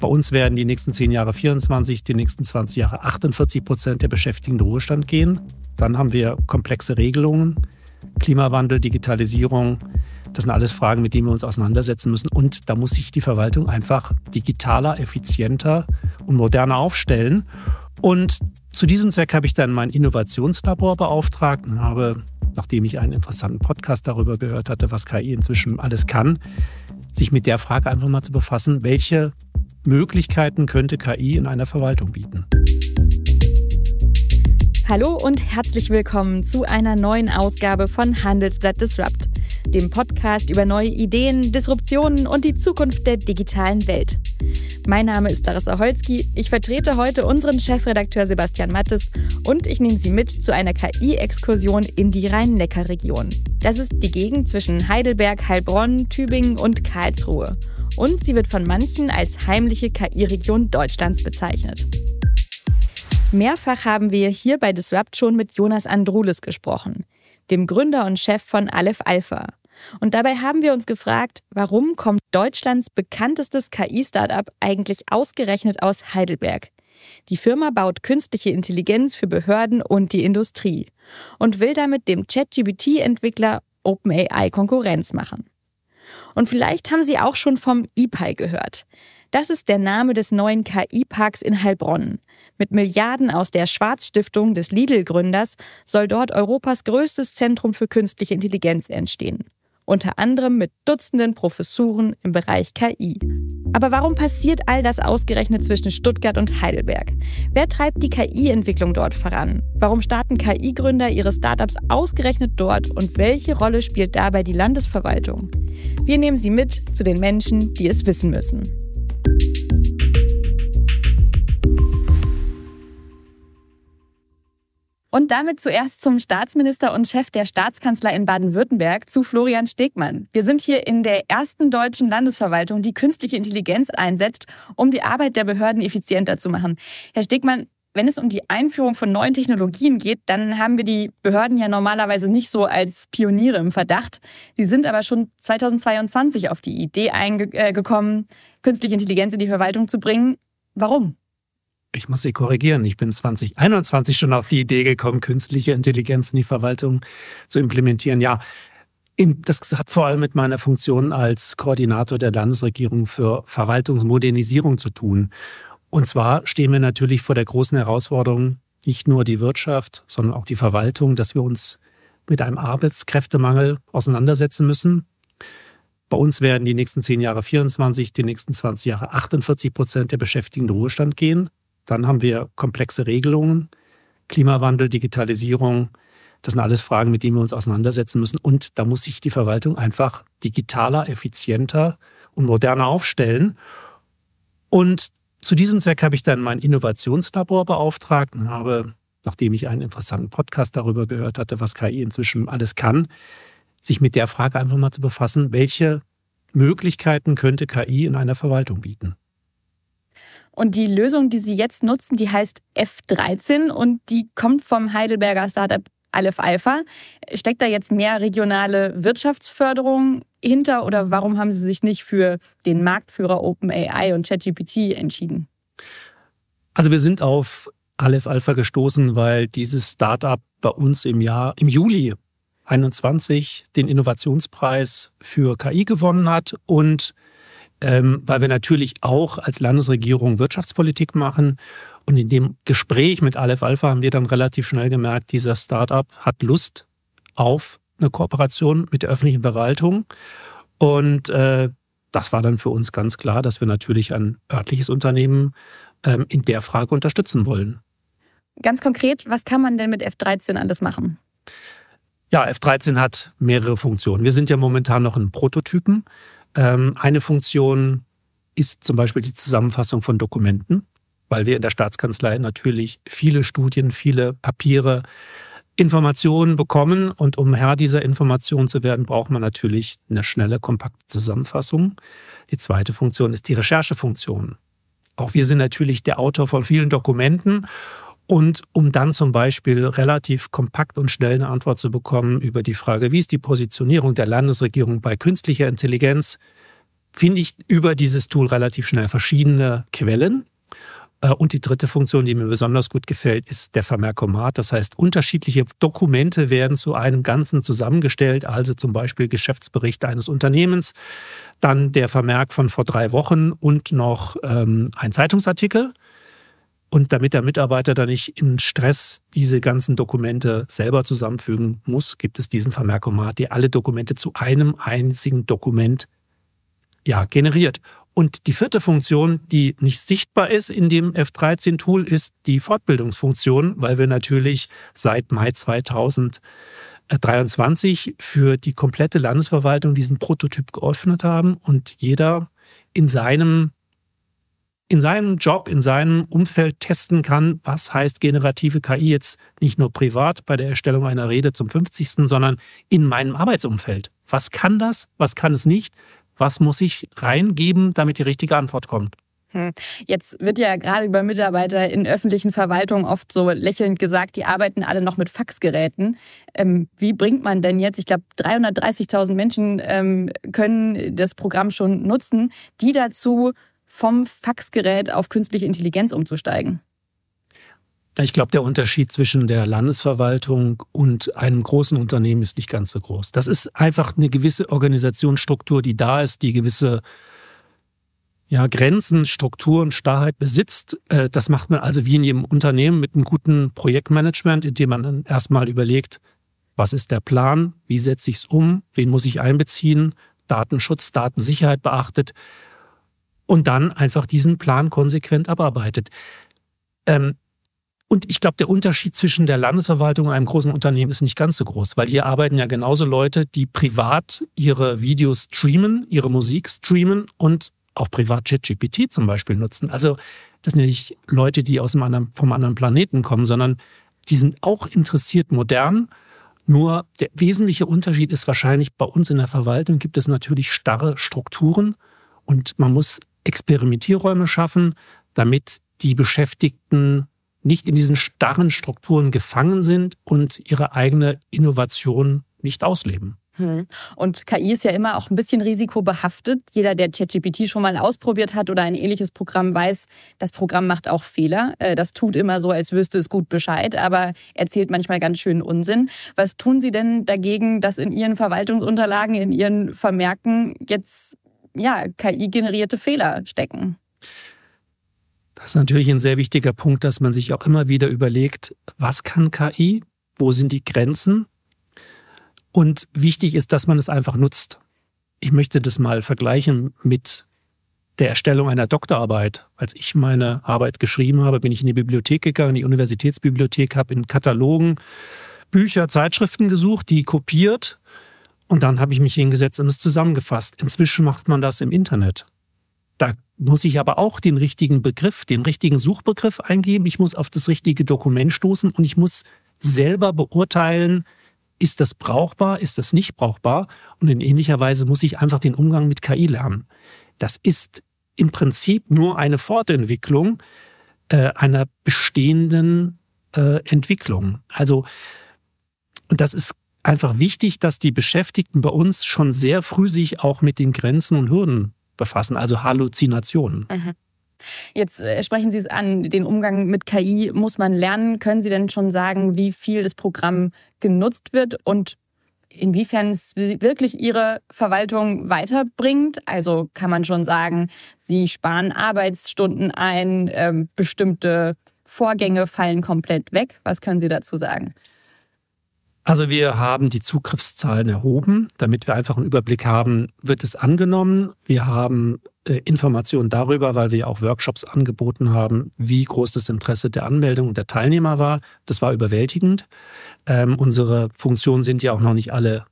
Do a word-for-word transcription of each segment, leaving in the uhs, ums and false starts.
Bei uns werden die nächsten zehn Jahre vierundzwanzig, die nächsten zwanzig Jahre achtundvierzig Prozent der Beschäftigten in den Ruhestand gehen. Dann haben wir komplexe Regelungen, Klimawandel, Digitalisierung. Das sind alles Fragen, mit denen wir uns auseinandersetzen müssen. Und da muss sich die Verwaltung einfach digitaler, effizienter und moderner aufstellen. Und zu diesem Zweck habe ich dann mein Innovationslabor beauftragt und habe, nachdem ich einen interessanten Podcast darüber gehört hatte, was K I inzwischen alles kann, sich mit der Frage einfach mal zu befassen, welche Möglichkeiten könnte K I in einer Verwaltung bieten. Hallo und herzlich willkommen zu einer neuen Ausgabe von Handelsblatt Disrupt, dem Podcast über neue Ideen, Disruptionen und die Zukunft der digitalen Welt. Mein Name ist Larissa Holzki, ich vertrete heute unseren Chefredakteur Sebastian Mattes und ich nehme Sie mit zu einer K I-Exkursion in die Rhein-Neckar-Region. Das ist die Gegend zwischen Heidelberg, Heilbronn, Tübingen und Karlsruhe. Und sie wird von manchen als heimliche K I-Region Deutschlands bezeichnet. Mehrfach haben wir hier bei Disrupt schon mit Jonas Androules gesprochen, dem Gründer und Chef von Aleph Alpha. Und dabei haben wir uns gefragt, warum kommt Deutschlands bekanntestes K I-Startup eigentlich ausgerechnet aus Heidelberg? Die Firma baut künstliche Intelligenz für Behörden und die Industrie und will damit dem ChatGPT-Entwickler OpenAI Konkurrenz machen. Und vielleicht haben Sie auch schon vom I P A I gehört. Das ist der Name des neuen K I-Parks in Heilbronn. Mit Milliarden aus der Schwarz-Stiftung des Lidl-Gründers soll dort Europas größtes Zentrum für künstliche Intelligenz entstehen. Unter anderem mit Dutzenden Professuren im Bereich K I. Aber warum passiert all das ausgerechnet zwischen Stuttgart und Heidelberg? Wer treibt die K I-Entwicklung dort voran? Warum starten K I-Gründer ihre Startups ausgerechnet dort? Und welche Rolle spielt dabei die Landesverwaltung? Wir nehmen Sie mit zu den Menschen, die es wissen müssen. Und damit zuerst zum Staatsminister und Chef der Staatskanzlei in Baden-Württemberg, zu Florian Stegmann. Wir sind hier in der ersten deutschen Landesverwaltung, die künstliche Intelligenz einsetzt, um die Arbeit der Behörden effizienter zu machen. Herr Stegmann, wenn es um die Einführung von neuen Technologien geht, dann haben wir die Behörden ja normalerweise nicht so als Pioniere im Verdacht. Sie sind aber schon zweitausendzweiundzwanzig auf die Idee eingekommen, künstliche Intelligenz in die Verwaltung zu bringen. Warum? Ich muss Sie korrigieren. Ich bin zwanzig einundzwanzig schon auf die Idee gekommen, künstliche Intelligenz in die Verwaltung zu implementieren. Ja, das hat vor allem mit meiner Funktion als Koordinator der Landesregierung für Verwaltungsmodernisierung zu tun. Und zwar stehen wir natürlich vor der großen Herausforderung, nicht nur die Wirtschaft, sondern auch die Verwaltung, dass wir uns mit einem Arbeitskräftemangel auseinandersetzen müssen. Bei uns werden die nächsten zehn Jahre vierundzwanzig, die nächsten zwanzig Jahre achtundvierzig Prozent der Beschäftigten in den Ruhestand gehen. Dann haben wir komplexe Regelungen, Klimawandel, Digitalisierung. Das sind alles Fragen, mit denen wir uns auseinandersetzen müssen. Und da muss sich die Verwaltung einfach digitaler, effizienter und moderner aufstellen. Und zu diesem Zweck habe ich dann mein Innovationslabor beauftragt und habe, nachdem ich einen interessanten Podcast darüber gehört hatte, was K I inzwischen alles kann, sich mit der Frage einfach mal zu befassen, welche Möglichkeiten könnte K I in einer Verwaltung bieten. Und die Lösung, die Sie jetzt nutzen, die heißt F dreizehn und die kommt vom Heidelberger Startup Aleph Alpha. Steckt da jetzt mehr regionale Wirtschaftsförderung hinter oder warum haben Sie sich nicht für den Marktführer OpenAI und ChatGPT entschieden? Also wir sind auf Aleph Alpha gestoßen, weil dieses Startup bei uns im Jahr, im Juli einundzwanzig den Innovationspreis für K I gewonnen hat und ähm, weil wir natürlich auch als Landesregierung Wirtschaftspolitik machen. Und in dem Gespräch mit Aleph Alpha haben wir dann relativ schnell gemerkt, dieser Startup hat Lust auf eine Kooperation mit der öffentlichen Verwaltung. Und äh, das war dann für uns ganz klar, dass wir natürlich ein örtliches Unternehmen ähm, in der Frage unterstützen wollen. Ganz konkret, was kann man denn mit F dreizehn alles machen? Ja, F dreizehn hat mehrere Funktionen. Wir sind ja momentan noch in Prototypen. Ähm, eine Funktion ist zum Beispiel die Zusammenfassung von Dokumenten, weil wir in der Staatskanzlei natürlich viele Studien, viele Papiere, Informationen bekommen. Und um Herr dieser Informationen zu werden, braucht man natürlich eine schnelle, kompakte Zusammenfassung. Die zweite Funktion ist die Recherchefunktion. Auch wir sind natürlich der Autor von vielen Dokumenten. Und um dann zum Beispiel relativ kompakt und schnell eine Antwort zu bekommen über die Frage, wie ist die Positionierung der Landesregierung bei künstlicher Intelligenz, finde ich über dieses Tool relativ schnell verschiedene Quellen. Und die dritte Funktion, die mir besonders gut gefällt, ist der Vermerkomat. Das heißt, unterschiedliche Dokumente werden zu einem Ganzen zusammengestellt, also zum Beispiel Geschäftsbericht eines Unternehmens, dann der Vermerk von vor drei Wochen und noch ähm, ein Zeitungsartikel. Und damit der Mitarbeiter dann nicht in Stress diese ganzen Dokumente selber zusammenfügen muss, gibt es diesen Vermerkomat, der alle Dokumente zu einem einzigen Dokument ja, generiert. Und die vierte Funktion, die nicht sichtbar ist in dem F dreizehn Tool, ist die Fortbildungsfunktion, weil wir natürlich seit Mai zweitausenddreiundzwanzig für die komplette Landesverwaltung diesen Prototyp geöffnet haben und jeder in seinem, in seinem Job, in seinem Umfeld testen kann, was heißt generative K I jetzt nicht nur privat bei der Erstellung einer Rede zum fünfzigsten, sondern in meinem Arbeitsumfeld. Was kann das? Was kann es nicht? Was muss ich reingeben, damit die richtige Antwort kommt? Jetzt wird ja gerade über Mitarbeiter in öffentlichen Verwaltungen oft so lächelnd gesagt, die arbeiten alle noch mit Faxgeräten. Ähm, wie bringt man denn jetzt, ich glaube dreihundertdreißigtausend Menschen ähm, können das Programm schon nutzen, die dazu vom Faxgerät auf künstliche Intelligenz umzusteigen? Ich glaube, der Unterschied zwischen der Landesverwaltung und einem großen Unternehmen ist nicht ganz so groß. Das ist einfach eine gewisse Organisationsstruktur, die da ist, die gewisse ja, Grenzen, Strukturen, Starrheit besitzt. Das macht man also wie in jedem Unternehmen mit einem guten Projektmanagement, indem man dann erstmal überlegt, was ist der Plan, wie setze ich es um, wen muss ich einbeziehen, Datenschutz, Datensicherheit beachtet und dann einfach diesen Plan konsequent abarbeitet. Ähm, Und ich glaube, der Unterschied zwischen der Landesverwaltung und einem großen Unternehmen ist nicht ganz so groß, weil hier arbeiten ja genauso Leute, die privat ihre Videos streamen, ihre Musik streamen und auch privat ChatGPT zum Beispiel nutzen. Also das sind ja nicht Leute, die aus einem anderen, vom anderen Planeten kommen, sondern die sind auch interessiert modern. Nur der wesentliche Unterschied ist wahrscheinlich, bei uns in der Verwaltung gibt es natürlich starre Strukturen und man muss Experimentierräume schaffen, damit die Beschäftigten nicht in diesen starren Strukturen gefangen sind und ihre eigene Innovation nicht ausleben. Hm. Und K I ist ja immer auch ein bisschen risikobehaftet. Jeder, der ChatGPT schon mal ausprobiert hat oder ein ähnliches Programm, weiß, das Programm macht auch Fehler. Das tut immer so, als wüsste es gut Bescheid, aber erzählt manchmal ganz schön Unsinn. Was tun Sie denn dagegen, dass in Ihren Verwaltungsunterlagen, in Ihren Vermerken jetzt ja, K I-generierte Fehler stecken? Das ist natürlich ein sehr wichtiger Punkt, dass man sich auch immer wieder überlegt, was kann K I, wo sind die Grenzen? Und wichtig ist, dass man es einfach nutzt. Ich möchte das mal vergleichen mit der Erstellung einer Doktorarbeit. Als ich meine Arbeit geschrieben habe, bin ich in die Bibliothek gegangen, in die Universitätsbibliothek, habe in Katalogen Bücher, Zeitschriften gesucht, die kopiert und dann habe ich mich hingesetzt und es zusammengefasst. Inzwischen macht man das im Internet. Da muss ich aber auch den richtigen Begriff, den richtigen Suchbegriff eingeben. Ich muss auf das richtige Dokument stoßen und ich muss selber beurteilen, ist das brauchbar, ist das nicht brauchbar? Und in ähnlicher Weise muss ich einfach den Umgang mit K I lernen. Das ist im Prinzip nur eine Fortentwicklung äh, einer bestehenden äh, Entwicklung. Also, und das ist einfach wichtig, dass die Beschäftigten bei uns schon sehr früh sich auch mit den Grenzen und Hürden befassen, also Halluzinationen. Mhm. Jetzt äh, sprechen Sie es an, den Umgang mit K I muss man lernen. Können Sie denn schon sagen, wie viel das Programm genutzt wird und inwiefern es wirklich Ihre Verwaltung weiterbringt? Also kann man schon sagen, Sie sparen Arbeitsstunden ein, äh, bestimmte Vorgänge fallen komplett weg. Was können Sie dazu sagen? Also wir haben die Zugriffszahlen erhoben, damit wir einfach einen Überblick haben, wird es angenommen. Wir haben äh, Informationen darüber, weil wir auch Workshops angeboten haben, wie groß das Interesse der Anmeldung und der Teilnehmer war. Das war überwältigend. Ähm, unsere Funktionen sind ja auch noch nicht alle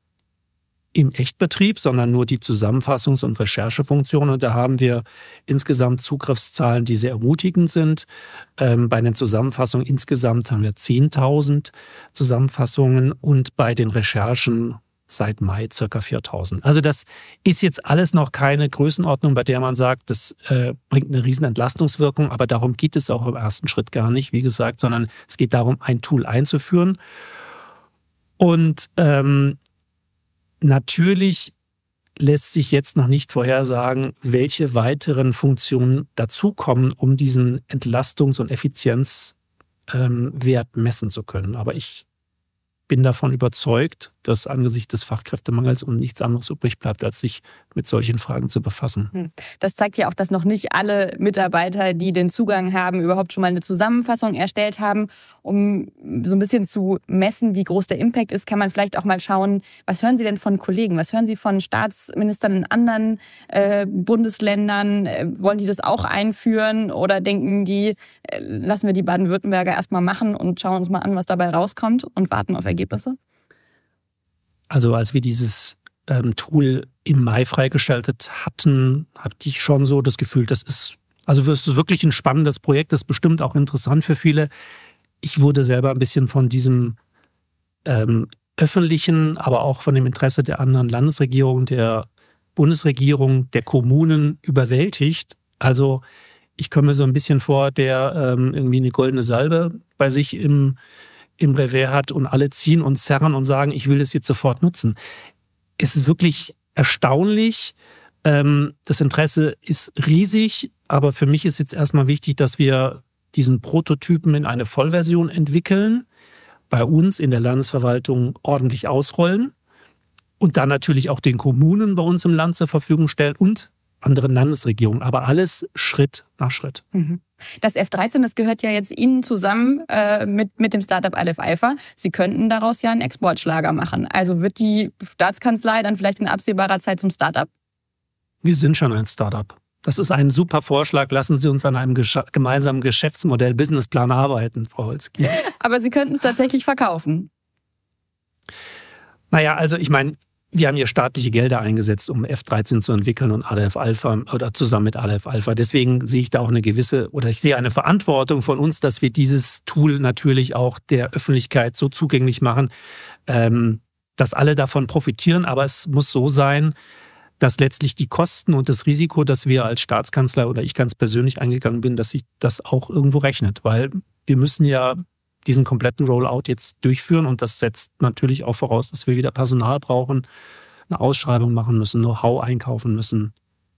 im Echtbetrieb, sondern nur die Zusammenfassungs- und Recherchefunktion. Und da haben wir insgesamt Zugriffszahlen, die sehr ermutigend sind. Ähm, bei den Zusammenfassungen insgesamt haben wir zehntausend Zusammenfassungen und bei den Recherchen seit Mai circa viertausend. Also das ist jetzt alles noch keine Größenordnung, bei der man sagt, das äh, bringt eine riesen Entlastungswirkung, aber darum geht es auch im ersten Schritt gar nicht, wie gesagt, sondern es geht darum, ein Tool einzuführen. Und ähm, natürlich lässt sich jetzt noch nicht vorhersagen, welche weiteren Funktionen dazukommen, um diesen Entlastungs- und Effizienzwert ähm, messen zu können. Aber ich bin davon überzeugt, dass angesichts des Fachkräftemangels und nichts anderes übrig bleibt, als sich mit solchen Fragen zu befassen. Das zeigt ja auch, dass noch nicht alle Mitarbeiter, die den Zugang haben, überhaupt schon mal eine Zusammenfassung erstellt haben. Um so ein bisschen zu messen, wie groß der Impact ist, kann man vielleicht auch mal schauen, was hören Sie denn von Kollegen? Was hören Sie von Staatsministern in anderen äh, Bundesländern? Äh, wollen die das auch einführen? Oder denken die, äh, lassen wir die Baden-Württemberger erstmal machen und schauen uns mal an, was dabei rauskommt und warten auf Ergebnisse? Also als wir dieses ähm, Tool im Mai freigeschaltet hatten, hatte ich schon so das Gefühl, das ist, also das ist wirklich ein spannendes Projekt, das ist bestimmt auch interessant für viele. Ich wurde selber ein bisschen von diesem ähm, öffentlichen, aber auch von dem Interesse der anderen Landesregierungen, der Bundesregierung, der Kommunen überwältigt. Also ich komme mir so ein bisschen vor, der ähm, irgendwie eine goldene Salbe bei sich im im Revers hat und alle ziehen und zerren und sagen, ich will das jetzt sofort nutzen. Es ist wirklich erstaunlich. Das Interesse ist riesig, aber für mich ist jetzt erstmal wichtig, dass wir diesen Prototypen in eine Vollversion entwickeln, bei uns in der Landesverwaltung ordentlich ausrollen und dann natürlich auch den Kommunen bei uns im Land zur Verfügung stellen und anderen Landesregierungen, aber alles Schritt nach Schritt. Das F dreizehn, das gehört ja jetzt Ihnen zusammen äh, mit, mit dem Startup Aleph Alpha. Sie könnten daraus ja einen Exportschlager machen. Also wird die Staatskanzlei dann vielleicht in absehbarer Zeit zum Startup? Wir sind schon ein Startup. Das ist ein super Vorschlag. Lassen Sie uns an einem gesch- gemeinsamen Geschäftsmodell, Businessplan arbeiten, Frau Holzki. Aber Sie könnten es tatsächlich verkaufen. Naja, also ich meine, wir haben hier staatliche Gelder eingesetzt, um F dreizehn zu entwickeln und Aleph Alpha oder zusammen mit Aleph Alpha. Deswegen sehe ich da auch eine gewisse oder ich sehe eine Verantwortung von uns, dass wir dieses Tool natürlich auch der Öffentlichkeit so zugänglich machen, ähm, dass alle davon profitieren. Aber es muss so sein, dass letztlich die Kosten und das Risiko, das wir als Staatskanzlei oder ich ganz persönlich eingegangen bin, dass sich das auch irgendwo rechnet. Weil wir müssen ja diesen kompletten Rollout jetzt durchführen und das setzt natürlich auch voraus, dass wir wieder Personal brauchen, eine Ausschreibung machen müssen, Know-how einkaufen müssen.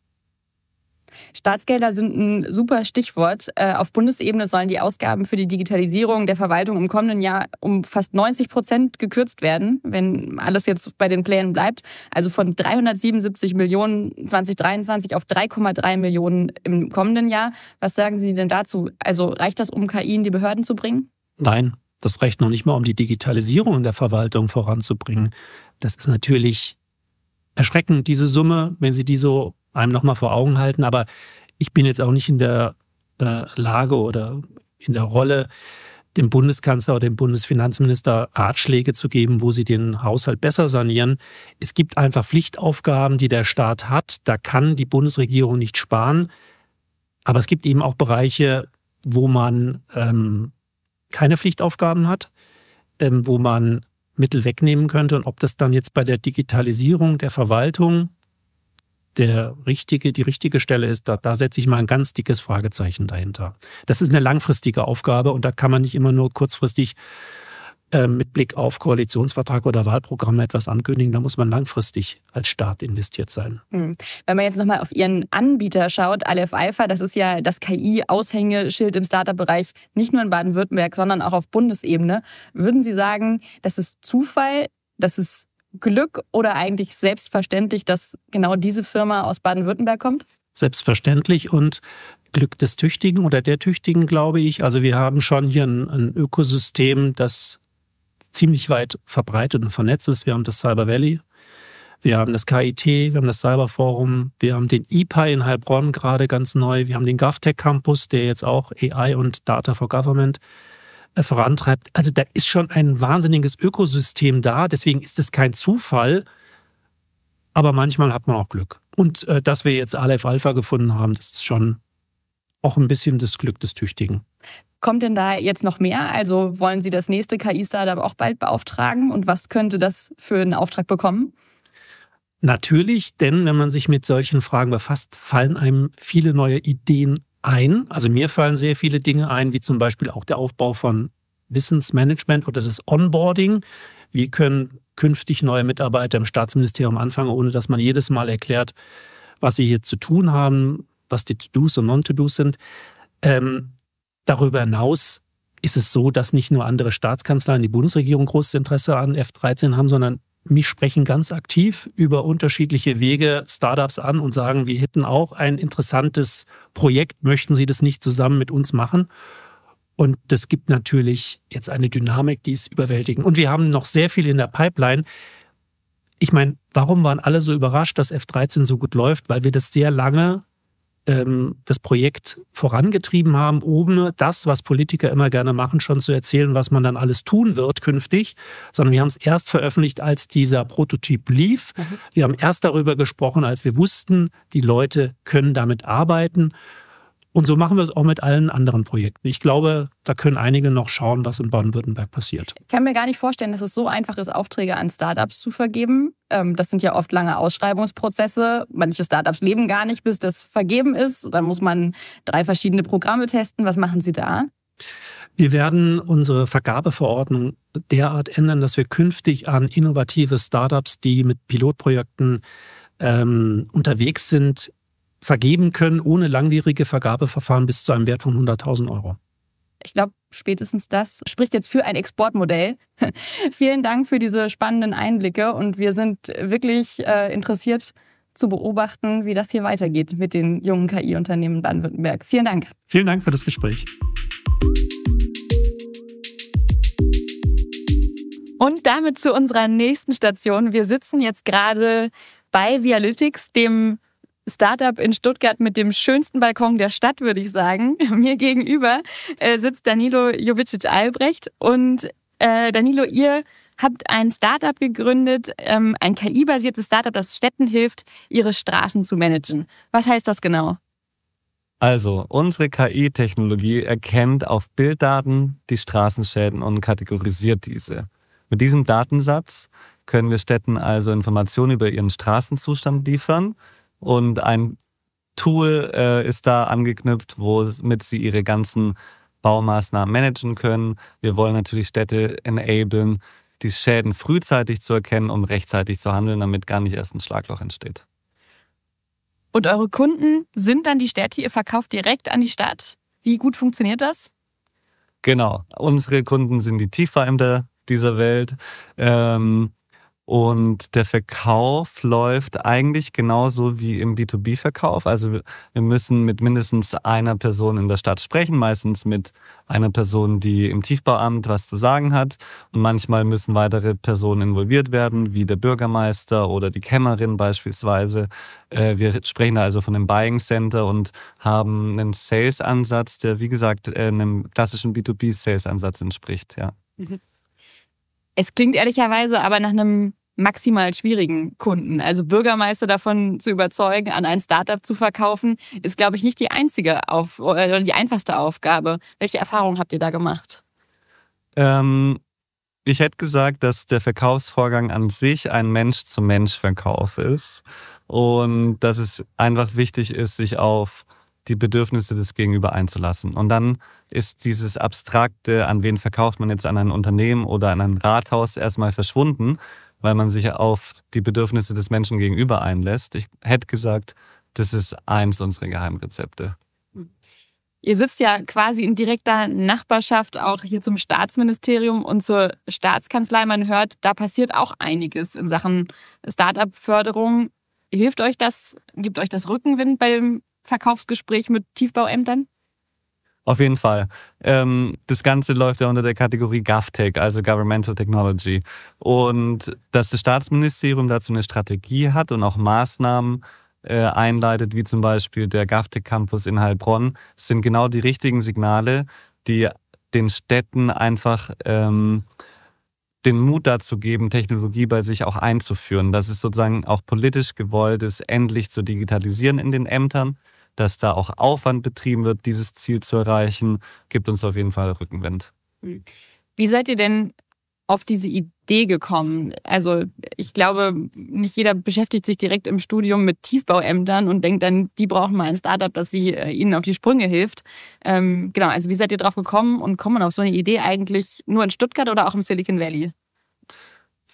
Staatsgelder sind ein super Stichwort. Auf Bundesebene sollen die Ausgaben für die Digitalisierung der Verwaltung im kommenden Jahr um fast neunzig Prozent gekürzt werden, wenn alles jetzt bei den Plänen bleibt. Also von dreihundertsiebenundsiebzig Millionen zwanzig dreiundzwanzig auf drei Komma drei Millionen im kommenden Jahr. Was sagen Sie denn dazu? Also reicht das, um K I in die Behörden zu bringen? Nein, das reicht noch nicht mal, um die Digitalisierung in der Verwaltung voranzubringen. Das ist natürlich erschreckend, diese Summe, wenn Sie die so einem nochmal vor Augen halten. Aber ich bin jetzt auch nicht in der äh, Lage oder in der Rolle, dem Bundeskanzler oder dem Bundesfinanzminister Ratschläge zu geben, wo sie den Haushalt besser sanieren. Es gibt einfach Pflichtaufgaben, die der Staat hat. Da kann die Bundesregierung nicht sparen. Aber es gibt eben auch Bereiche, wo man ähm, keine Pflichtaufgaben hat, ähm, wo man Mittel wegnehmen könnte. Und ob das dann jetzt bei der Digitalisierung der Verwaltung der richtige, die richtige Stelle ist, da, da setze ich mal ein ganz dickes Fragezeichen dahinter. Das ist eine langfristige Aufgabe und da kann man nicht immer nur kurzfristig äh, mit Blick auf Koalitionsvertrag oder Wahlprogramm etwas ankündigen. Da muss man langfristig als Staat investiert sein. Wenn man jetzt nochmal auf Ihren Anbieter schaut, Aleph Alpha, das ist ja das K I-Aushängeschild im Startup-Bereich, nicht nur in Baden-Württemberg, sondern auch auf Bundesebene. Würden Sie sagen, das ist Zufall, das ist Glück oder eigentlich selbstverständlich, dass genau diese Firma aus Baden-Württemberg kommt? Selbstverständlich und Glück des Tüchtigen oder der Tüchtigen, glaube ich. Also wir haben schon hier ein, ein Ökosystem, das ziemlich weit verbreitet und vernetzt ist. Wir haben das Cyber Valley, wir haben das K I T, wir haben das Cyberforum, wir haben den I P A in Heilbronn gerade ganz neu, wir haben den GovTech Campus, der jetzt auch A I und Data for Government vorantreibt. Also da ist schon ein wahnsinniges Ökosystem da, deswegen ist es kein Zufall, aber manchmal hat man auch Glück. Und äh, dass wir jetzt Aleph Alpha gefunden haben, das ist schon auch ein bisschen das Glück des Tüchtigen. Kommt denn da jetzt noch mehr? Also wollen Sie das nächste K I-Startup auch bald beauftragen? Und was könnte das für einen Auftrag bekommen? Natürlich, denn wenn man sich mit solchen Fragen befasst, fallen einem viele neue Ideen ein. Also mir fallen sehr viele Dinge ein, wie zum Beispiel auch der Aufbau von Wissensmanagement oder das Onboarding. Wie können künftig neue Mitarbeiter im Staatsministerium anfangen, ohne dass man jedes Mal erklärt, was sie hier zu tun haben, was die To-Dos und Non-To-Dos sind. Ähm, darüber hinaus ist es so, dass nicht nur andere Staatskanzleien, die Bundesregierung großes Interesse an F dreizehn haben, sondern mich sprechen ganz aktiv über unterschiedliche Wege Startups an und sagen, wir hätten auch ein interessantes Projekt, möchten Sie das nicht zusammen mit uns machen? Und das gibt natürlich jetzt eine Dynamik, die ist überwältigend. Und wir haben noch sehr viel in der Pipeline. Ich meine, warum waren alle so überrascht, dass F dreizehn so gut läuft? Weil wir das sehr lange ähm, das Projekt vorangetrieben haben, ohne das, was Politiker immer gerne machen, schon zu erzählen, was man dann alles tun wird künftig, sondern wir haben es erst veröffentlicht, als dieser Prototyp lief. Mhm. Wir haben erst darüber gesprochen, als wir wussten, die Leute können damit arbeiten. Und so machen wir es auch mit allen anderen Projekten. Ich glaube, da können einige noch schauen, was in Baden-Württemberg passiert. Ich kann mir gar nicht vorstellen, dass es so einfach ist, Aufträge an Startups zu vergeben. Das sind ja oft lange Ausschreibungsprozesse. Manche Startups leben gar nicht, bis das vergeben ist. Dann muss man drei verschiedene Programme testen. Was machen Sie da? Wir werden unsere Vergabeverordnung derart ändern, dass wir künftig an innovative Startups, die mit Pilotprojekten ähm, unterwegs sind, vergeben können, ohne langwierige Vergabeverfahren bis zu einem Wert von hunderttausend Euro. Ich glaube, spätestens das spricht jetzt für ein Exportmodell. Vielen Dank für diese spannenden Einblicke und wir sind wirklich äh, interessiert zu beobachten, wie das hier weitergeht mit den jungen K I-Unternehmen in Baden-Württemberg. Vielen Dank. Vielen Dank für das Gespräch. Und damit zu unserer nächsten Station. Wir sitzen jetzt gerade bei Vialytics, dem Startup in Stuttgart mit dem schönsten Balkon der Stadt, würde ich sagen. Mir gegenüber äh, sitzt Danilo Jovicic-Albrecht. Und äh, Danilo, ihr habt ein Startup gegründet, ähm, ein K I-basiertes Startup, das Städten hilft, ihre Straßen zu managen. Was heißt das genau? Also, unsere K I-Technologie erkennt auf Bilddaten die Straßenschäden und kategorisiert diese. Mit diesem Datensatz können wir Städten also Informationen über ihren Straßenzustand liefern. Und ein Tool äh, ist da angeknüpft, womit sie ihre ganzen Baumaßnahmen managen können. Wir wollen natürlich Städte enablen, die Schäden frühzeitig zu erkennen, um rechtzeitig zu handeln, damit gar nicht erst ein Schlagloch entsteht. Und eure Kunden sind dann die Städte, ihr verkauft direkt an die Stadt. Wie gut funktioniert das? Genau, unsere Kunden sind die Tiefbauämter dieser Welt. Ähm, Und der Verkauf läuft eigentlich genauso wie im B zwei B-Verkauf. Also wir müssen mit mindestens einer Person in der Stadt sprechen, meistens mit einer Person, die im Tiefbauamt was zu sagen hat. Und manchmal müssen weitere Personen involviert werden, wie der Bürgermeister oder die Kämmerin beispielsweise. Wir sprechen da also von einem Buying Center und haben einen Sales-Ansatz, der wie gesagt einem klassischen B zwei B-Sales-Ansatz entspricht. Ja. Es klingt ehrlicherweise aber nach einem maximal schwierigen Kunden. Also Bürgermeister davon zu überzeugen, an ein Startup zu verkaufen, ist, glaube ich, nicht die einzige Auf- oder die einfachste Aufgabe. Welche Erfahrungen habt ihr da gemacht? Ähm, ich hätte gesagt, dass der Verkaufsvorgang an sich ein Mensch-zu-Mensch-Verkauf ist und dass es einfach wichtig ist, sich auf die Bedürfnisse des Gegenüber einzulassen. Und dann ist dieses Abstrakte, an wen verkauft man jetzt, an ein Unternehmen oder an ein Rathaus, erstmal verschwunden, weil man sich auf die Bedürfnisse des Menschen gegenüber einlässt. Ich hätte gesagt, das ist eins unserer Geheimrezepte. Ihr sitzt ja quasi in direkter Nachbarschaft auch hier zum Staatsministerium und zur Staatskanzlei. Man hört, da passiert auch einiges in Sachen Start-up-Förderung. Hilft euch das, gibt euch das Rückenwind beim Verkaufsgespräch mit Tiefbauämtern? Auf jeden Fall. Ähm, das Ganze läuft ja unter der Kategorie GovTech, also Governmental Technology. Und dass das Staatsministerium dazu eine Strategie hat und auch Maßnahmen äh, einleitet, wie zum Beispiel der GovTech Campus in Heilbronn, sind genau die richtigen Signale, die den Städten einfach ähm, den Mut dazu geben, Technologie bei sich auch einzuführen. Dass es sozusagen auch politisch gewollt ist, endlich zu digitalisieren in den Ämtern, dass da auch Aufwand betrieben wird, dieses Ziel zu erreichen, gibt uns auf jeden Fall Rückenwind. Wie seid ihr denn auf diese Idee gekommen? Also ich glaube, nicht jeder beschäftigt sich direkt im Studium mit Tiefbauämtern und denkt dann, die brauchen mal ein Startup, das sie, äh, ihnen auf die Sprünge hilft. Ähm, genau, also wie seid ihr drauf gekommen und kommt man auf so eine Idee eigentlich nur in Stuttgart oder auch im Silicon Valley?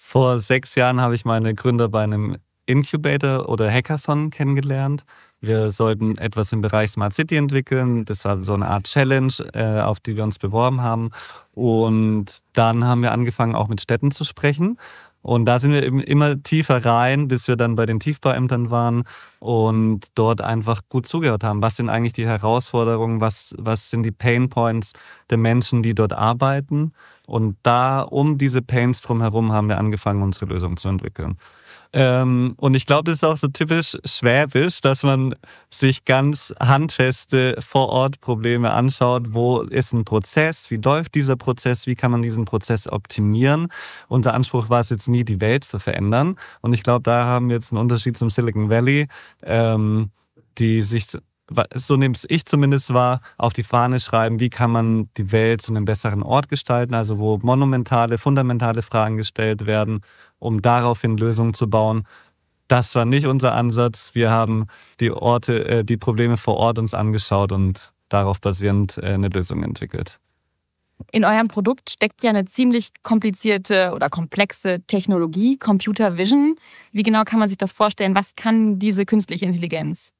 Vor sechs Jahren habe ich meine Gründer bei einem Incubator oder Hackathon kennengelernt. Wir sollten etwas im Bereich Smart City entwickeln. Das war so eine Art Challenge, äh, auf die wir uns beworben haben. Und dann haben wir angefangen, auch mit Städten zu sprechen. Und da sind wir eben immer tiefer rein, bis wir dann bei den Tiefbauämtern waren und dort einfach gut zugehört haben. Was sind eigentlich die Herausforderungen? Was, was sind die Pain Points der Menschen, die dort arbeiten? Und da um diese Pains drumherum haben wir angefangen, unsere Lösung zu entwickeln. Ähm, und ich glaube, das ist auch so typisch schwäbisch, dass man sich ganz handfeste Vor-Ort-Probleme anschaut. Wo ist ein Prozess? Wie läuft dieser Prozess? Wie kann man diesen Prozess optimieren? Unser Anspruch war es jetzt nie, die Welt zu verändern. Und ich glaube, da haben wir jetzt einen Unterschied zum Silicon Valley, ähm, die sich, so nehme ich zumindest wahr, auf die Fahne schreiben, wie kann man die Welt zu einem besseren Ort gestalten, also wo monumentale, fundamentale Fragen gestellt werden, um daraufhin Lösungen zu bauen. Das war nicht unser Ansatz. Wir haben die Orte, äh, die Probleme vor Ort uns angeschaut und darauf basierend äh, eine Lösung entwickelt. In eurem Produkt steckt ja eine ziemlich komplizierte oder komplexe Technologie, Computer Vision. Wie genau kann man sich das vorstellen? Was kann diese künstliche Intelligenz?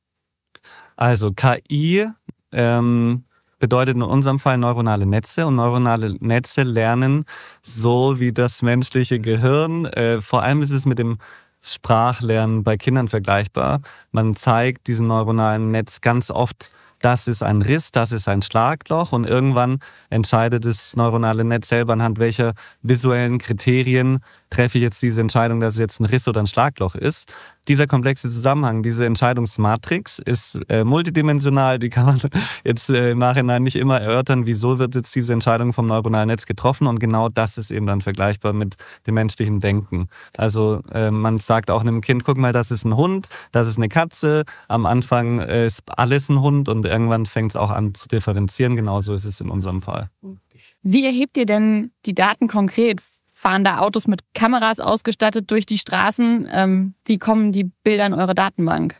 Also K I ähm, bedeutet in unserem Fall neuronale Netze. Und neuronale Netze lernen so wie das menschliche Gehirn. Äh, vor allem ist es mit dem Sprachlernen bei Kindern vergleichbar. Man zeigt diesem neuronalen Netz ganz oft, das ist ein Riss, das ist ein Schlagloch, und irgendwann entscheidet das neuronale Netz selber, anhand welcher visuellen Kriterien treffe ich jetzt diese Entscheidung, dass es jetzt ein Riss oder ein Schlagloch ist. Dieser komplexe Zusammenhang, diese Entscheidungsmatrix ist äh, multidimensional, die kann man jetzt äh, im Nachhinein nicht immer erörtern, wieso wird jetzt diese Entscheidung vom neuronalen Netz getroffen, und genau das ist eben dann vergleichbar mit dem menschlichen Denken. Also äh, man sagt auch einem Kind, guck mal, das ist ein Hund, das ist eine Katze, am Anfang äh, ist alles ein Hund und irgendwann fängt es auch an zu differenzieren, genauso ist es in unserem Fall. Wie erhebt ihr denn die Daten konkret? Fahren da Autos mit Kameras ausgestattet durch die Straßen? Ähm, wie kommen die Bilder in eure Datenbank?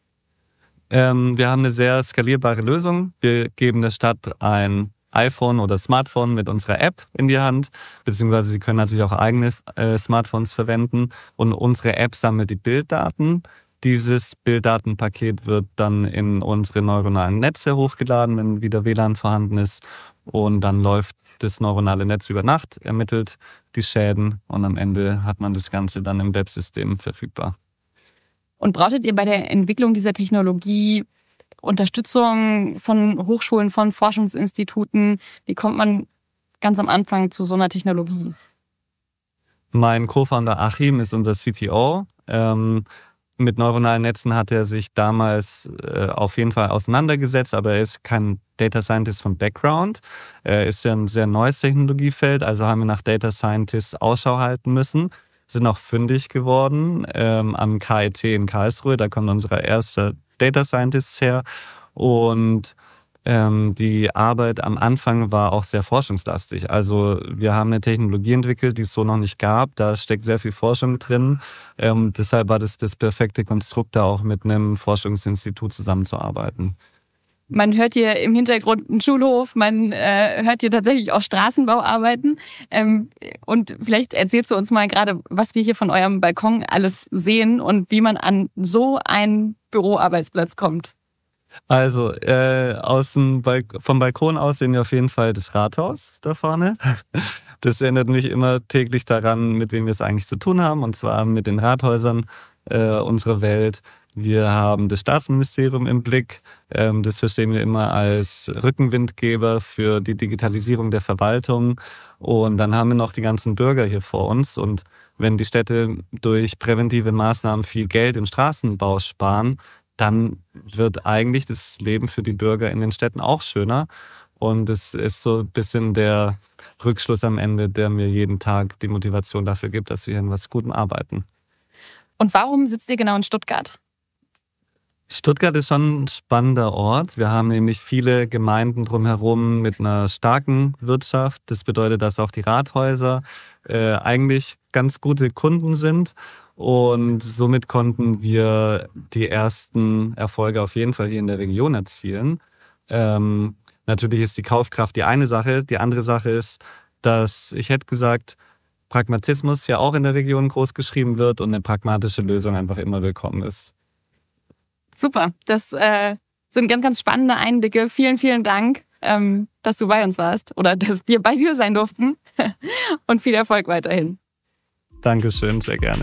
Ähm, wir haben eine sehr skalierbare Lösung. Wir geben der Stadt ein iPhone oder Smartphone mit unserer App in die Hand, beziehungsweise sie können natürlich auch eigene äh, Smartphones verwenden, und unsere App sammelt die Bilddaten. Dieses Bilddatenpaket wird dann in unsere neuronalen Netze hochgeladen, wenn wieder W L A N vorhanden ist, und dann läuft das neuronale Netz über Nacht, ermittelt die Schäden, und am Ende hat man das Ganze dann im Websystem verfügbar. Und brauchtet ihr bei der Entwicklung dieser Technologie Unterstützung von Hochschulen, von Forschungsinstituten? Wie kommt man ganz am Anfang zu so einer Technologie? Mein Co-Founder Achim ist unser C T O. Ähm, Mit neuronalen Netzen hat er sich damals äh, auf jeden Fall auseinandergesetzt, aber er ist kein Data Scientist von Background. Er ist ja ein sehr neues Technologiefeld, also haben wir nach Data Scientists Ausschau halten müssen. Sind auch fündig geworden ähm, am K I T in Karlsruhe, da kommt unser erster Data Scientist her. Und ähm, die Arbeit am Anfang war auch sehr forschungslastig. Also wir haben eine Technologie entwickelt, die es so noch nicht gab. Da steckt sehr viel Forschung drin. Ähm, deshalb war das das perfekte Konstrukt, da auch mit einem Forschungsinstitut zusammenzuarbeiten. Man hört hier im Hintergrund einen Schulhof, man äh, hört hier tatsächlich auch Straßenbauarbeiten. Ähm, und vielleicht erzählst du uns mal gerade, was wir hier von eurem Balkon alles sehen und wie man an so einen Büroarbeitsplatz kommt. Also äh, aus dem Balk- vom Balkon aus sehen wir auf jeden Fall das Rathaus da vorne. Das erinnert mich immer täglich daran, mit wem wir es eigentlich zu tun haben, und zwar mit den Rathäusern äh, unserer Welt. Wir haben das Staatsministerium im Blick. Ähm, das verstehen wir immer als Rückenwindgeber für die Digitalisierung der Verwaltung. Und dann haben wir noch die ganzen Bürger hier vor uns. Und wenn die Städte durch präventive Maßnahmen viel Geld im Straßenbau sparen, dann wird eigentlich das Leben für die Bürger in den Städten auch schöner. Und es ist so ein bisschen der Rückschluss am Ende, der mir jeden Tag die Motivation dafür gibt, dass wir an was Gutem arbeiten. Und warum sitzt ihr genau in Stuttgart? Stuttgart ist schon ein spannender Ort. Wir haben nämlich viele Gemeinden drumherum mit einer starken Wirtschaft. Das bedeutet, dass auch die Rathäuser äh, eigentlich ganz gute Kunden sind. Und somit konnten wir die ersten Erfolge auf jeden Fall hier in der Region erzielen. Ähm, natürlich ist die Kaufkraft die eine Sache. Die andere Sache ist, dass ich hätte gesagt, Pragmatismus ja auch in der Region groß geschrieben wird und eine pragmatische Lösung einfach immer willkommen ist. Super, das äh, sind ganz, ganz spannende Einblicke. Vielen, vielen Dank, ähm, dass du bei uns warst oder dass wir bei dir sein durften und viel Erfolg weiterhin. Dankeschön, sehr gerne.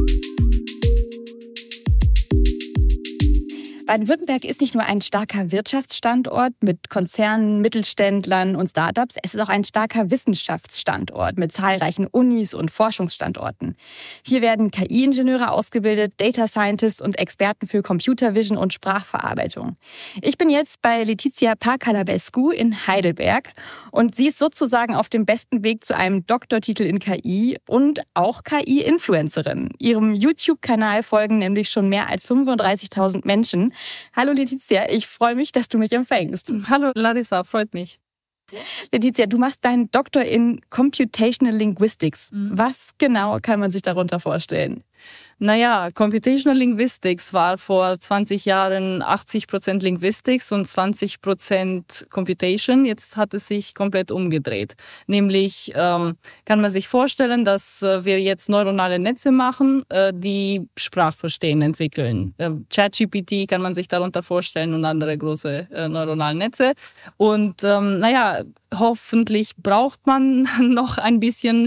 Baden-Württemberg ist nicht nur ein starker Wirtschaftsstandort mit Konzernen, Mittelständlern und Startups, es ist auch ein starker Wissenschaftsstandort mit zahlreichen Unis und Forschungsstandorten. Hier werden K I-Ingenieure ausgebildet, Data Scientists und Experten für Computer Vision und Sprachverarbeitung. Ich bin jetzt bei Letizia Parkalabescu in Heidelberg und sie ist sozusagen auf dem besten Weg zu einem Doktortitel in K I und auch K I-Influencerin. Ihrem YouTube-Kanal folgen nämlich schon mehr als fünfunddreißigtausend Menschen. Hallo Letizia, ich freue mich, dass du mich empfängst. Hallo Larissa, freut mich. Letizia, du machst deinen Doktor in Computational Linguistics. Mhm. Was genau kann man sich darunter vorstellen? Naja, Computational Linguistics war vor zwanzig Jahren achtzig Prozent Linguistics und zwanzig Prozent Computation. Jetzt hat es sich komplett umgedreht. Nämlich ähm, kann man sich vorstellen, dass äh, wir jetzt neuronale Netze machen, äh, die Sprachverstehen entwickeln. Äh, ChatGPT kann man sich darunter vorstellen und andere große äh, neuronale Netze. Und ähm, naja, hoffentlich braucht man noch ein bisschen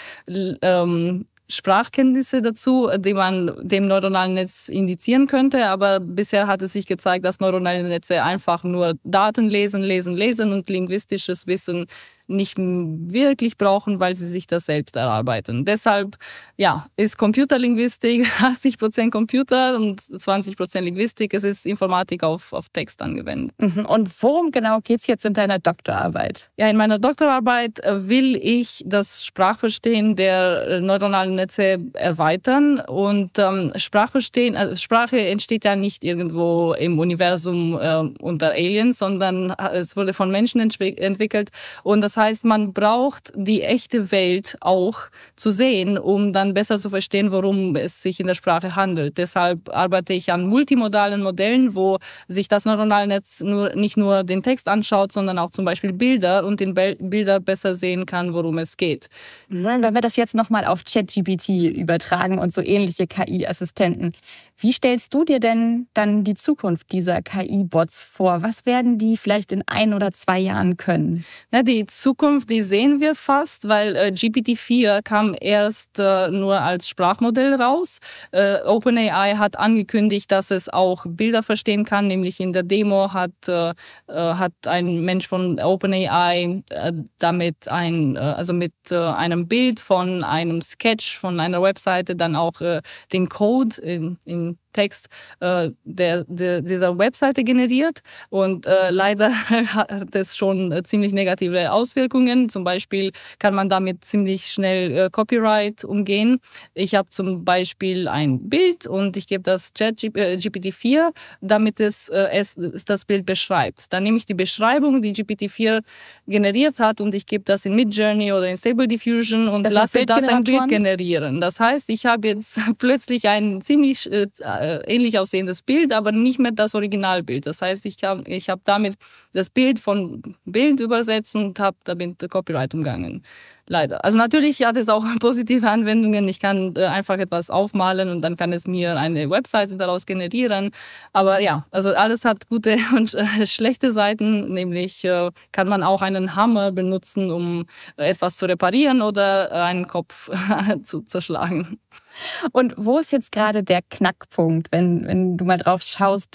ähm, Sprachkenntnisse dazu, die man dem neuronalen Netz indizieren könnte. Aber bisher hat es sich gezeigt, dass neuronale Netze einfach nur Daten lesen, lesen, lesen und linguistisches Wissen nicht wirklich brauchen, weil sie sich das selbst erarbeiten. Deshalb ja, ist Computerlinguistik achtzig Prozent Computer und zwanzig Prozent Linguistik. Es ist Informatik auf, auf Text angewendet. Und worum genau geht's jetzt in deiner Doktorarbeit? Ja, in meiner Doktorarbeit will ich das Sprachverstehen der neuronalen Netze erweitern. Und ähm, Sprachverstehen, also Sprache entsteht ja nicht irgendwo im Universum äh, unter Aliens, sondern es wurde von Menschen entwick- entwickelt. Und das heißt, man braucht die echte Welt auch zu sehen, um dann besser zu verstehen, worum es sich in der Sprache handelt. Deshalb arbeite ich an multimodalen Modellen, wo sich das neuronale Netz nur, nicht nur den Text anschaut, sondern auch zum Beispiel Bilder und in Bilder besser sehen kann, worum es geht. Wenn wir das jetzt nochmal auf ChatGPT übertragen und so ähnliche K I-Assistenten, wie stellst du dir denn dann die Zukunft dieser K I-Bots vor? Was werden die vielleicht in ein oder zwei Jahren können? Na, die Zukunft, die sehen wir fast, weil äh, G P T vier kam erst äh, nur als Sprachmodell raus. Äh, OpenAI hat angekündigt, dass es auch Bilder verstehen kann, nämlich in der Demo hat äh, hat ein Mensch von OpenAI äh, damit ein, äh, also mit äh, einem Bild von einem Sketch von einer Webseite dann auch äh, den Code in, in Text äh, der, der dieser Webseite generiert und äh, leider hat es schon äh, ziemlich negative Auswirkungen. Zum Beispiel kann man damit ziemlich schnell äh, Copyright umgehen. Ich habe zum Beispiel ein Bild und ich gebe das Chat G P T vier, damit es, äh, es, es das Bild beschreibt. Dann nehme ich die Beschreibung, die G P T vier generiert hat und ich gebe das in Midjourney oder in Stable Diffusion und das lasse das ein Bild generieren. Das heißt, ich habe jetzt plötzlich ein ziemlich äh, ähnlich aussehendes Bild, aber nicht mehr das Originalbild. Das heißt, ich habe ich hab damit das Bild von Bild übersetzt und habe damit Copyright umgangen. Leider. Also natürlich hat es auch positive Anwendungen. Ich kann äh, einfach etwas aufmalen und dann kann es mir eine Webseite daraus generieren. Aber ja, also alles hat gute und äh, schlechte Seiten. Nämlich äh, kann man auch einen Hammer benutzen, um äh, etwas zu reparieren oder äh, einen Kopf zu zerschlagen. Und wo ist jetzt gerade der Knackpunkt, wenn, wenn du mal drauf schaust,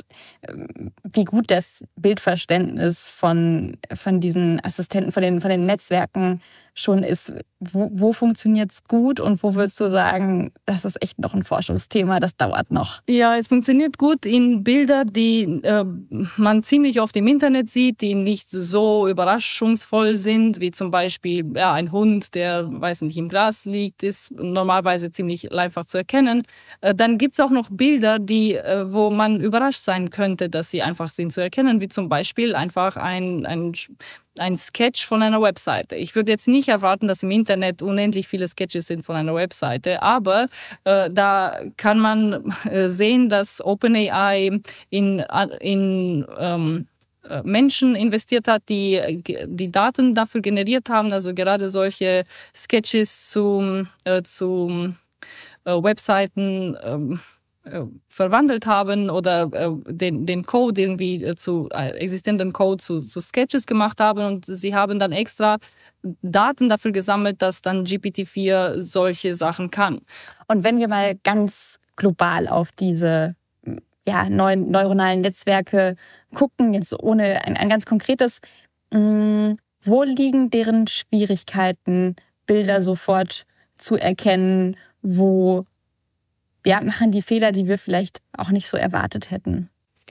wie gut das Bildverständnis von, von diesen Assistenten, von den, von den Netzwerken schon ist? Wo, wo funktioniert's gut und wo würdest du sagen, das ist echt noch ein Forschungsthema, das dauert noch? Ja, es funktioniert gut in Bilder, die äh, man ziemlich oft im Internet sieht, die nicht so überraschungsvoll sind, wie zum Beispiel ja, ein Hund, der, weiß nicht, im Gras liegt, ist normalerweise ziemlich einfach zu erkennen. Äh, dann gibt's auch noch Bilder, die, äh, wo man überrascht sein könnte, dass sie einfach sind zu erkennen, wie zum Beispiel einfach ein, ein ein Sketch von einer Webseite. Ich würde jetzt nicht erwarten, dass im Internet unendlich viele Sketches sind von einer Webseite, aber äh, da kann man äh, sehen, dass OpenAI in, in ähm, Menschen investiert hat, die die Daten dafür generiert haben, also gerade solche Sketches zu, äh, zu äh, Webseiten ähm, äh, verwandelt haben oder äh, den, den Code irgendwie äh, zu äh, existierenden Code zu, zu Sketches gemacht haben, und sie haben dann extra Daten dafür gesammelt, dass dann G P T vier solche Sachen kann. Und wenn wir mal ganz global auf diese ja, neuen neuronalen Netzwerke gucken, jetzt ohne ein, ein ganz konkretes, mh, wo liegen deren Schwierigkeiten, Bilder sofort zu erkennen, wo ja, machen die Fehler, die wir vielleicht auch nicht so erwartet hätten?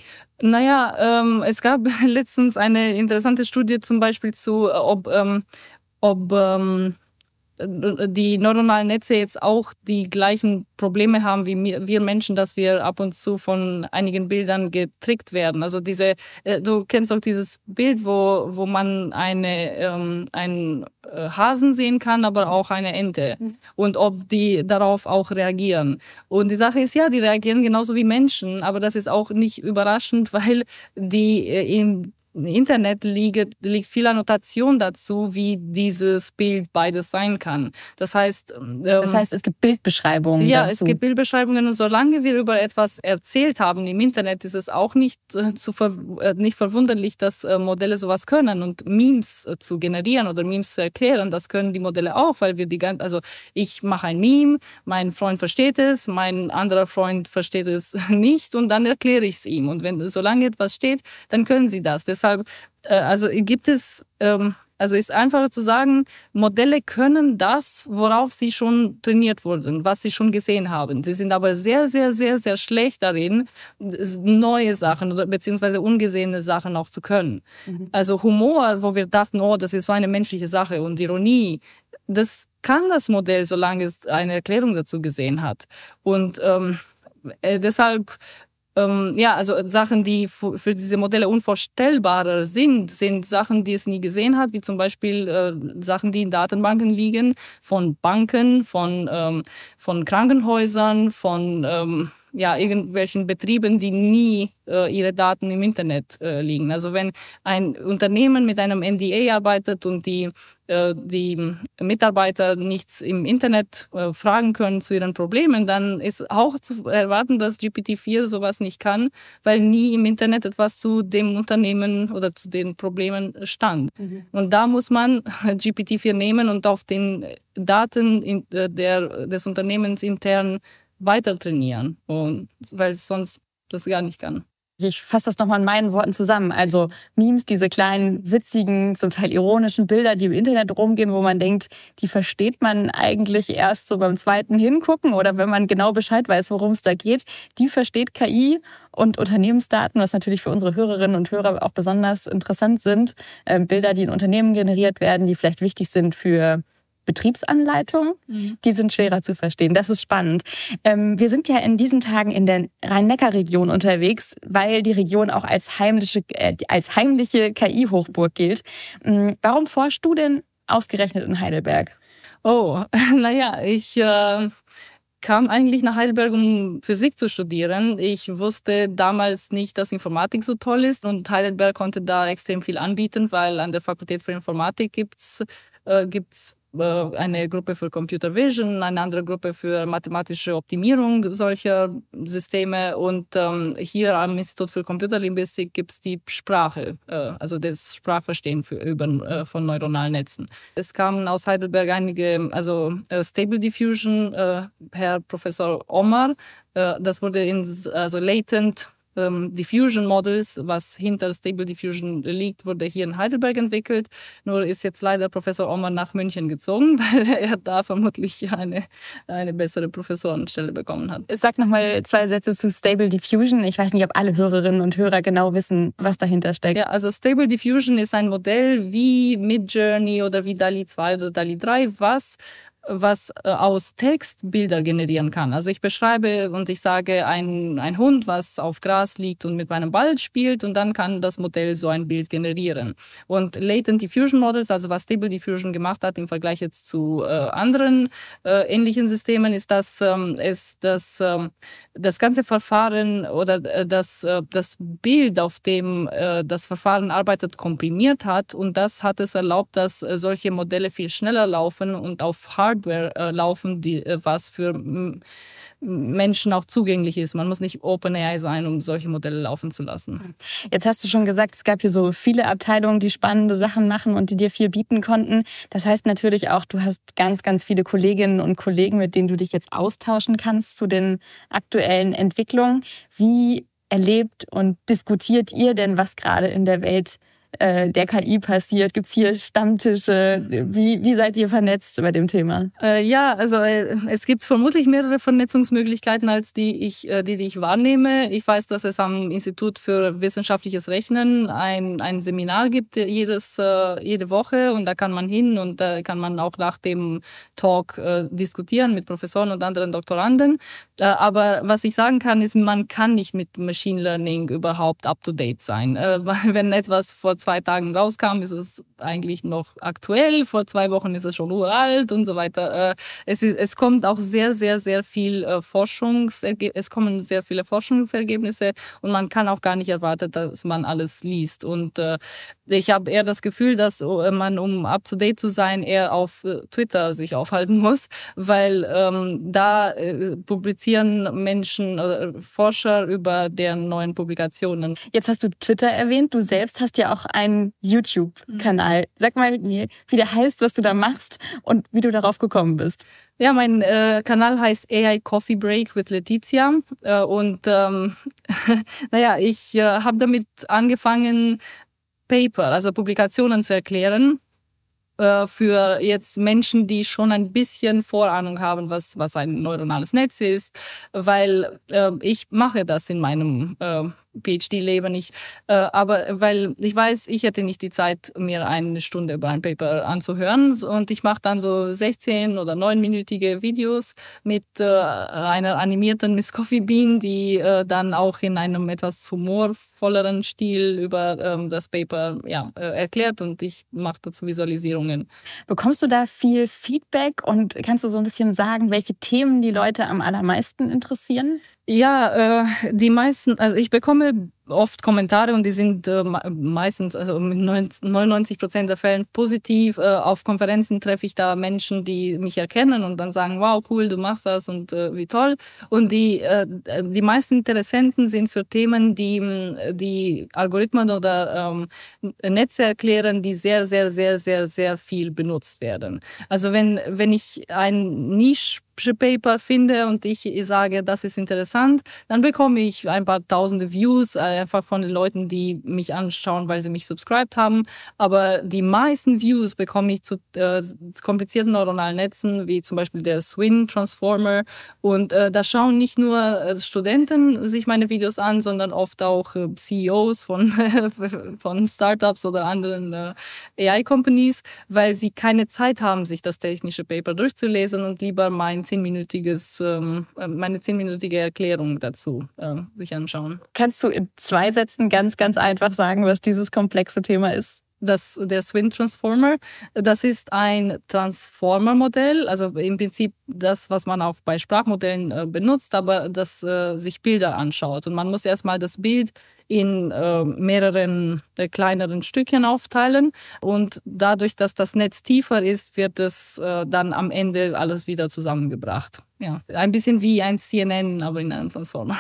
Naja, ähm, es gab letztens eine interessante Studie zum Beispiel zu, ob, ähm, ob ähm, die neuronalen Netze jetzt auch die gleichen Probleme haben wie wir Menschen, dass wir ab und zu von einigen Bildern getrickt werden. Also diese, du kennst auch dieses Bild, wo wo man eine ähm, einen Hasen sehen kann, aber auch eine Ente, mhm. und ob die darauf auch reagieren. Und die Sache ist, ja, die reagieren genauso wie Menschen, aber das ist auch nicht überraschend, weil die in Im Internet liegt, liegt viel Annotation dazu, wie dieses Bild beides sein kann. Das heißt, ähm, das heißt, es gibt Bildbeschreibungen. Ja, dazu. Es gibt Bildbeschreibungen, und solange wir über etwas erzählt haben im Internet, ist es auch nicht äh, zu ver äh, nicht verwunderlich, dass äh, Modelle sowas können, und Memes äh, zu generieren oder Memes zu erklären, das können die Modelle auch, weil wir die ganze, also ich mache ein Meme, mein Freund versteht es, mein anderer Freund versteht es nicht, und dann erkläre ich es ihm. Und wenn solange etwas steht, dann können sie das. Deshalb Deshalb, also gibt es, also ist einfacher zu sagen, Modelle können das, worauf sie schon trainiert wurden, was sie schon gesehen haben. Sie sind aber sehr, sehr, sehr, sehr schlecht darin, neue Sachen oder beziehungsweise ungesehene Sachen auch zu können. Mhm. Also Humor, wo wir dachten, oh, das ist so eine menschliche Sache, und Ironie, das kann das Modell, solange es eine Erklärung dazu gesehen hat. Und ähm, äh, deshalb Ähm, ja, also Sachen, die für diese Modelle unvorstellbarer sind, sind Sachen, die es nie gesehen hat, wie zum Beispiel äh, Sachen, die in Datenbanken liegen, von Banken, von ähm, von Krankenhäusern, von ähm, ja irgendwelchen Betrieben, die nie äh, ihre Daten im Internet äh, liegen. Also wenn ein Unternehmen mit einem N D A arbeitet und die äh, die Mitarbeiter nichts im Internet äh, fragen können zu ihren Problemen, dann ist auch zu erwarten, dass G P T vier sowas nicht kann, weil nie im Internet etwas zu dem Unternehmen oder zu den Problemen stand. Mhm. Und da muss man G P T vier nehmen und auf den Daten in, äh, der, des Unternehmens intern weiter trainieren, und weil es sonst das gar nicht kann. Ich fasse das nochmal in meinen Worten zusammen. Also Memes, diese kleinen, witzigen, zum Teil ironischen Bilder, die im Internet rumgehen, wo man denkt, die versteht man eigentlich erst so beim zweiten Hingucken oder wenn man genau Bescheid weiß, worum es da geht. Die versteht K I und Unternehmensdaten, was natürlich für unsere Hörerinnen und Hörer auch besonders interessant sind. Ähm, Bilder, die in Unternehmen generiert werden, die vielleicht wichtig sind für Betriebsanleitung, mhm. die sind schwerer zu verstehen. Das ist spannend. Ähm, wir sind ja in diesen Tagen in der Rhein-Neckar-Region unterwegs, weil die Region auch als heimliche, äh, als heimliche K I-Hochburg gilt. Ähm, warum forschst du denn ausgerechnet in Heidelberg? Oh, naja, ich äh, kam eigentlich nach Heidelberg, um Physik zu studieren. Ich wusste damals nicht, dass Informatik so toll ist, und Heidelberg konnte da extrem viel anbieten, weil an der Fakultät für Informatik gibt's äh, gibt's eine Gruppe für Computer Vision, eine andere Gruppe für mathematische Optimierung solcher Systeme, und ähm, hier am Institut für Computerlinguistik gibt's die Sprache, äh, also das Sprachverstehen für, über, äh, von neuronalen Netzen. Es kamen aus Heidelberg einige, also äh, Stable Diffusion, äh, Herr Professor Omar, äh, das wurde in also Latent Ähm, Diffusion Models, was hinter Stable Diffusion liegt, wurde hier in Heidelberg entwickelt. Nur ist jetzt leider Professor Omar nach München gezogen, weil er da vermutlich eine, eine bessere Professorenstelle bekommen hat. Sag nochmal zwei Sätze zu Stable Diffusion. Ich weiß nicht, ob alle Hörerinnen und Hörer genau wissen, was dahinter steckt. Ja, also Stable Diffusion ist ein Modell wie Midjourney oder wie DALL-E zwei oder DALL-E drei, was was äh, aus Text Bilder generieren kann. Also ich beschreibe und ich sage ein, ein Hund, was auf Gras liegt und mit meinem Ball spielt, und dann kann das Modell so ein Bild generieren. Und Latent Diffusion Models, also was Stable Diffusion gemacht hat im Vergleich jetzt zu äh, anderen äh, ähnlichen Systemen, ist, dass ähm, ist, dass ähm, das ganze Verfahren oder äh, das äh, das Bild, auf dem äh, das Verfahren arbeitet, komprimiert hat, und das hat es erlaubt, dass äh, solche Modelle viel schneller laufen und auf Hardware äh, laufen, die äh, was für m- Menschen auch zugänglich ist. Man muss nicht OpenAI sein, um solche Modelle laufen zu lassen. Jetzt hast du schon gesagt, es gab hier so viele Abteilungen, die spannende Sachen machen und die dir viel bieten konnten. Das heißt natürlich auch, du hast ganz, ganz viele Kolleginnen und Kollegen, mit denen du dich jetzt austauschen kannst zu den aktuellen Entwicklungen. Wie erlebt und diskutiert ihr denn, was gerade in der Welt äh, der K I passiert? Gibt's hier Stammtische? Wie, wie seid ihr vernetzt bei dem Thema? Äh, ja, also äh, es gibt vermutlich mehrere Vernetzungsmöglichkeiten als die ich, äh, die, die ich wahrnehme. Ich weiß, dass es am Institut für wissenschaftliches Rechnen ein, ein Seminar gibt jedes, äh, jede Woche, und da kann man hin, und da kann man auch nach dem Talk äh, diskutieren mit Professoren und anderen Doktoranden. Äh, aber was ich sagen kann, ist, man kann nicht mit Machine Learning überhaupt up-to-date sein. Äh, wenn etwas vor zwei Tagen rauskam, ist es eigentlich noch aktuell. Vor zwei Wochen ist es schon uralt und so weiter. Äh, es, ist, es kommt auch sehr, sehr, sehr viel äh, Forschungserge- es kommen sehr viele Forschungsergebnisse, und man kann auch gar nicht erwarten, dass man alles liest. Und äh, ich habe eher das Gefühl, dass man, um up-to-date zu sein, eher auf Twitter sich aufhalten muss, weil ähm, da äh, publizieren Menschen, äh, Forscher über deren neuen Publikationen. Jetzt hast du Twitter erwähnt. Du selbst hast ja auch einen YouTube-Kanal. Sag mal, wie der heißt, was du da machst und wie du darauf gekommen bist. Ja, mein äh, Kanal heißt A I Coffee Break with Letizia, äh, und ähm, naja, ich äh, habe damit angefangen, Paper, also Publikationen zu erklären äh, für jetzt Menschen, die schon ein bisschen Vorahnung haben, was was ein neuronales Netz ist, weil äh, ich mache das in meinem äh, PhD-Leben nicht, äh, aber weil ich weiß, ich hätte nicht die Zeit, mir eine Stunde über ein Paper anzuhören, und ich mache dann so sechzehn- oder neunminütige Videos mit äh, einer animierten Miss Coffee Bean, die äh, dann auch in einem etwas humorvolleren Stil über ähm, das Paper ja äh, erklärt, und ich mache dazu Visualisierungen. Bekommst du da viel Feedback und kannst du so ein bisschen sagen, welche Themen die Leute am allermeisten interessieren? Ja, äh, die meisten, also ich bekomme oft Kommentare, und die sind äh, meistens, also mit neunundneunzig Prozent der Fällen positiv. Äh, auf Konferenzen treffe ich da Menschen, die mich erkennen und dann sagen, wow, cool, du machst das, und äh, wie toll. Und die äh, die meisten Interessenten sind für Themen, die die Algorithmen oder ähm, Netze erklären, die sehr, sehr, sehr, sehr, sehr viel benutzt werden. Also wenn wenn ich ein Niche Paper finde und ich sage, das ist interessant, dann bekomme ich ein paar tausende Views, einfach von den Leuten, die mich anschauen, weil sie mich subscribed haben. Aber die meisten Views bekomme ich zu äh, komplizierten neuronalen Netzen, wie zum Beispiel der Swin Transformer. Und äh, da schauen nicht nur äh, Studenten sich meine Videos an, sondern oft auch äh, C E Os von, von Startups oder anderen äh, A I-Companies, weil sie keine Zeit haben, sich das technische Paper durchzulesen und lieber mein zehnminütiges, ähm, meine zehnminütige Erklärung dazu äh, sich anschauen. Kannst du in zwei Sätzen ganz, ganz einfach sagen, was dieses komplexe Thema ist? Das, der Swin Transformer, das ist ein Transformer-Modell, also im Prinzip das, was man auch bei Sprachmodellen äh, benutzt, aber das äh, sich Bilder anschaut. Und man muss erstmal das Bild in äh, mehreren äh, kleineren Stückchen aufteilen, und dadurch, dass das Netz tiefer ist, wird es äh, dann am Ende alles wieder zusammengebracht. Ja, ein bisschen wie ein C N N, aber in einem Transformer.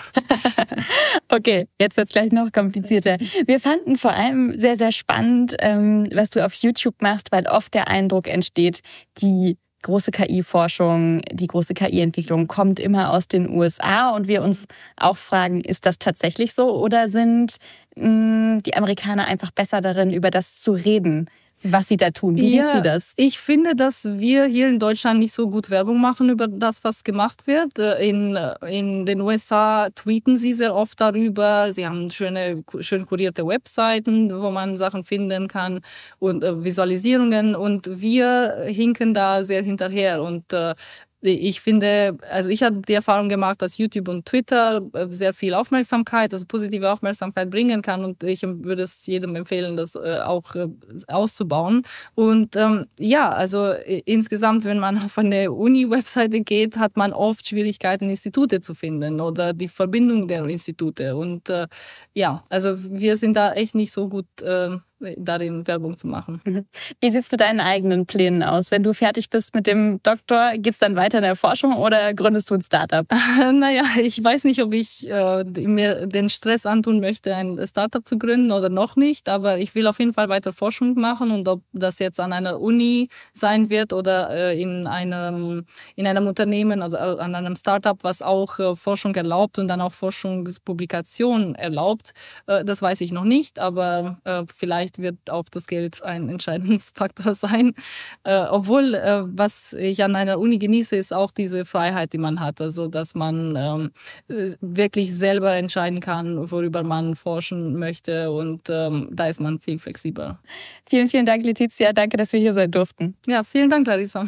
Okay, jetzt wird's gleich noch komplizierter. Wir fanden vor allem sehr, sehr spannend, ähm, was du auf YouTube machst, weil oft der Eindruck entsteht, die große K I-Forschung, die große K I-Entwicklung kommt immer aus den U S A, und wir uns auch fragen, ist das tatsächlich so, oder sind mh, die Amerikaner einfach besser darin, über das zu reden, was sie da tun. Wie ja, siehst du das? Ich finde, dass wir hier in Deutschland nicht so gut Werbung machen über das, was gemacht wird. In, in den U S A tweeten sie sehr oft darüber. Sie haben schöne, schön kurierte Webseiten, wo man Sachen finden kann und äh, Visualisierungen. Und wir hinken da sehr hinterher. Und äh, ich finde, also ich habe die Erfahrung gemacht, dass YouTube und Twitter sehr viel Aufmerksamkeit, also positive Aufmerksamkeit bringen kann, und ich würde es jedem empfehlen, das auch auszubauen. Und ähm, ja, also insgesamt, wenn man auf eine Uni-Webseite geht, hat man oft Schwierigkeiten, Institute zu finden oder die Verbindung der Institute. Und äh, ja, also wir sind da echt nicht so gut äh, darin, Werbung zu machen. Wie sieht's mit deinen eigenen Plänen aus? Wenn du fertig bist mit dem Doktor, geht's dann weiter in der Forschung oder gründest du ein Startup? Naja, ich weiß nicht, ob ich äh, mir den Stress antun möchte, ein Startup zu gründen oder noch nicht, aber ich will auf jeden Fall weiter Forschung machen, und ob das jetzt an einer Uni sein wird oder äh, in einem in einem Unternehmen oder an einem Startup, was auch äh, Forschung erlaubt und dann auch Forschungspublikation erlaubt, äh, das weiß ich noch nicht, aber äh, vielleicht wird auch das Geld ein Entscheidungsfaktor sein. Äh, obwohl, äh, was ich an einer Uni genieße, ist auch diese Freiheit, die man hat. Also, dass man ähm, wirklich selber entscheiden kann, worüber man forschen möchte. Und ähm, da ist man viel flexibler. Vielen, vielen Dank, Letizia. Danke, dass wir hier sein durften. Ja, vielen Dank, Larissa.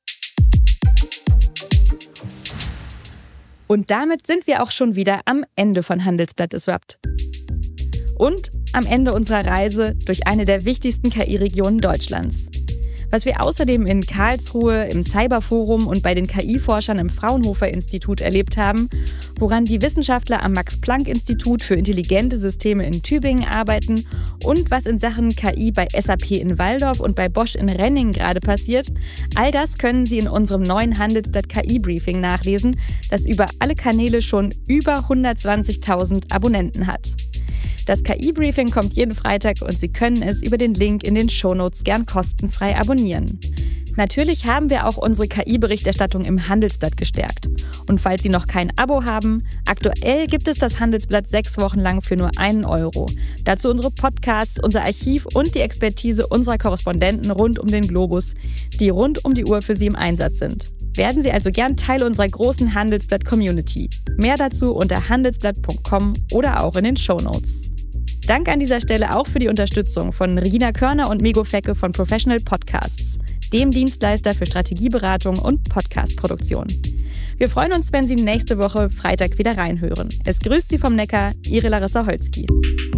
Und damit sind wir auch schon wieder am Ende von Handelsblatt Disrupt. Und am Ende unserer Reise durch eine der wichtigsten K I-Regionen Deutschlands. Was wir außerdem in Karlsruhe, im Cyberforum und bei den K I-Forschern im Fraunhofer-Institut erlebt haben, woran die Wissenschaftler am Max-Planck-Institut für intelligente Systeme in Tübingen arbeiten und was in Sachen K I bei S A P in Walldorf und bei Bosch in Renning gerade passiert, all das können Sie in unserem neuen Handelsblatt K I-Briefing nachlesen, das über alle Kanäle schon über hundertzwanzigtausend Abonnenten hat. Das K I-Briefing kommt jeden Freitag und Sie können es über den Link in den Shownotes gern kostenfrei abonnieren. Natürlich haben wir auch unsere K I-Berichterstattung im Handelsblatt gestärkt. Und falls Sie noch kein Abo haben, aktuell gibt es das Handelsblatt sechs Wochen lang für nur einen Euro. Dazu unsere Podcasts, unser Archiv und die Expertise unserer Korrespondenten rund um den Globus, die rund um die Uhr für Sie im Einsatz sind. Werden Sie also gern Teil unserer großen Handelsblatt-Community. Mehr dazu unter handelsblatt punkt com oder auch in den Shownotes. Dank an dieser Stelle auch für die Unterstützung von Regina Körner und Mego Fecke von Professional Podcasts, dem Dienstleister für Strategieberatung und Podcastproduktion. Wir freuen uns, wenn Sie nächste Woche Freitag wieder reinhören. Es grüßt Sie vom Neckar, Ihre Larissa Holzki.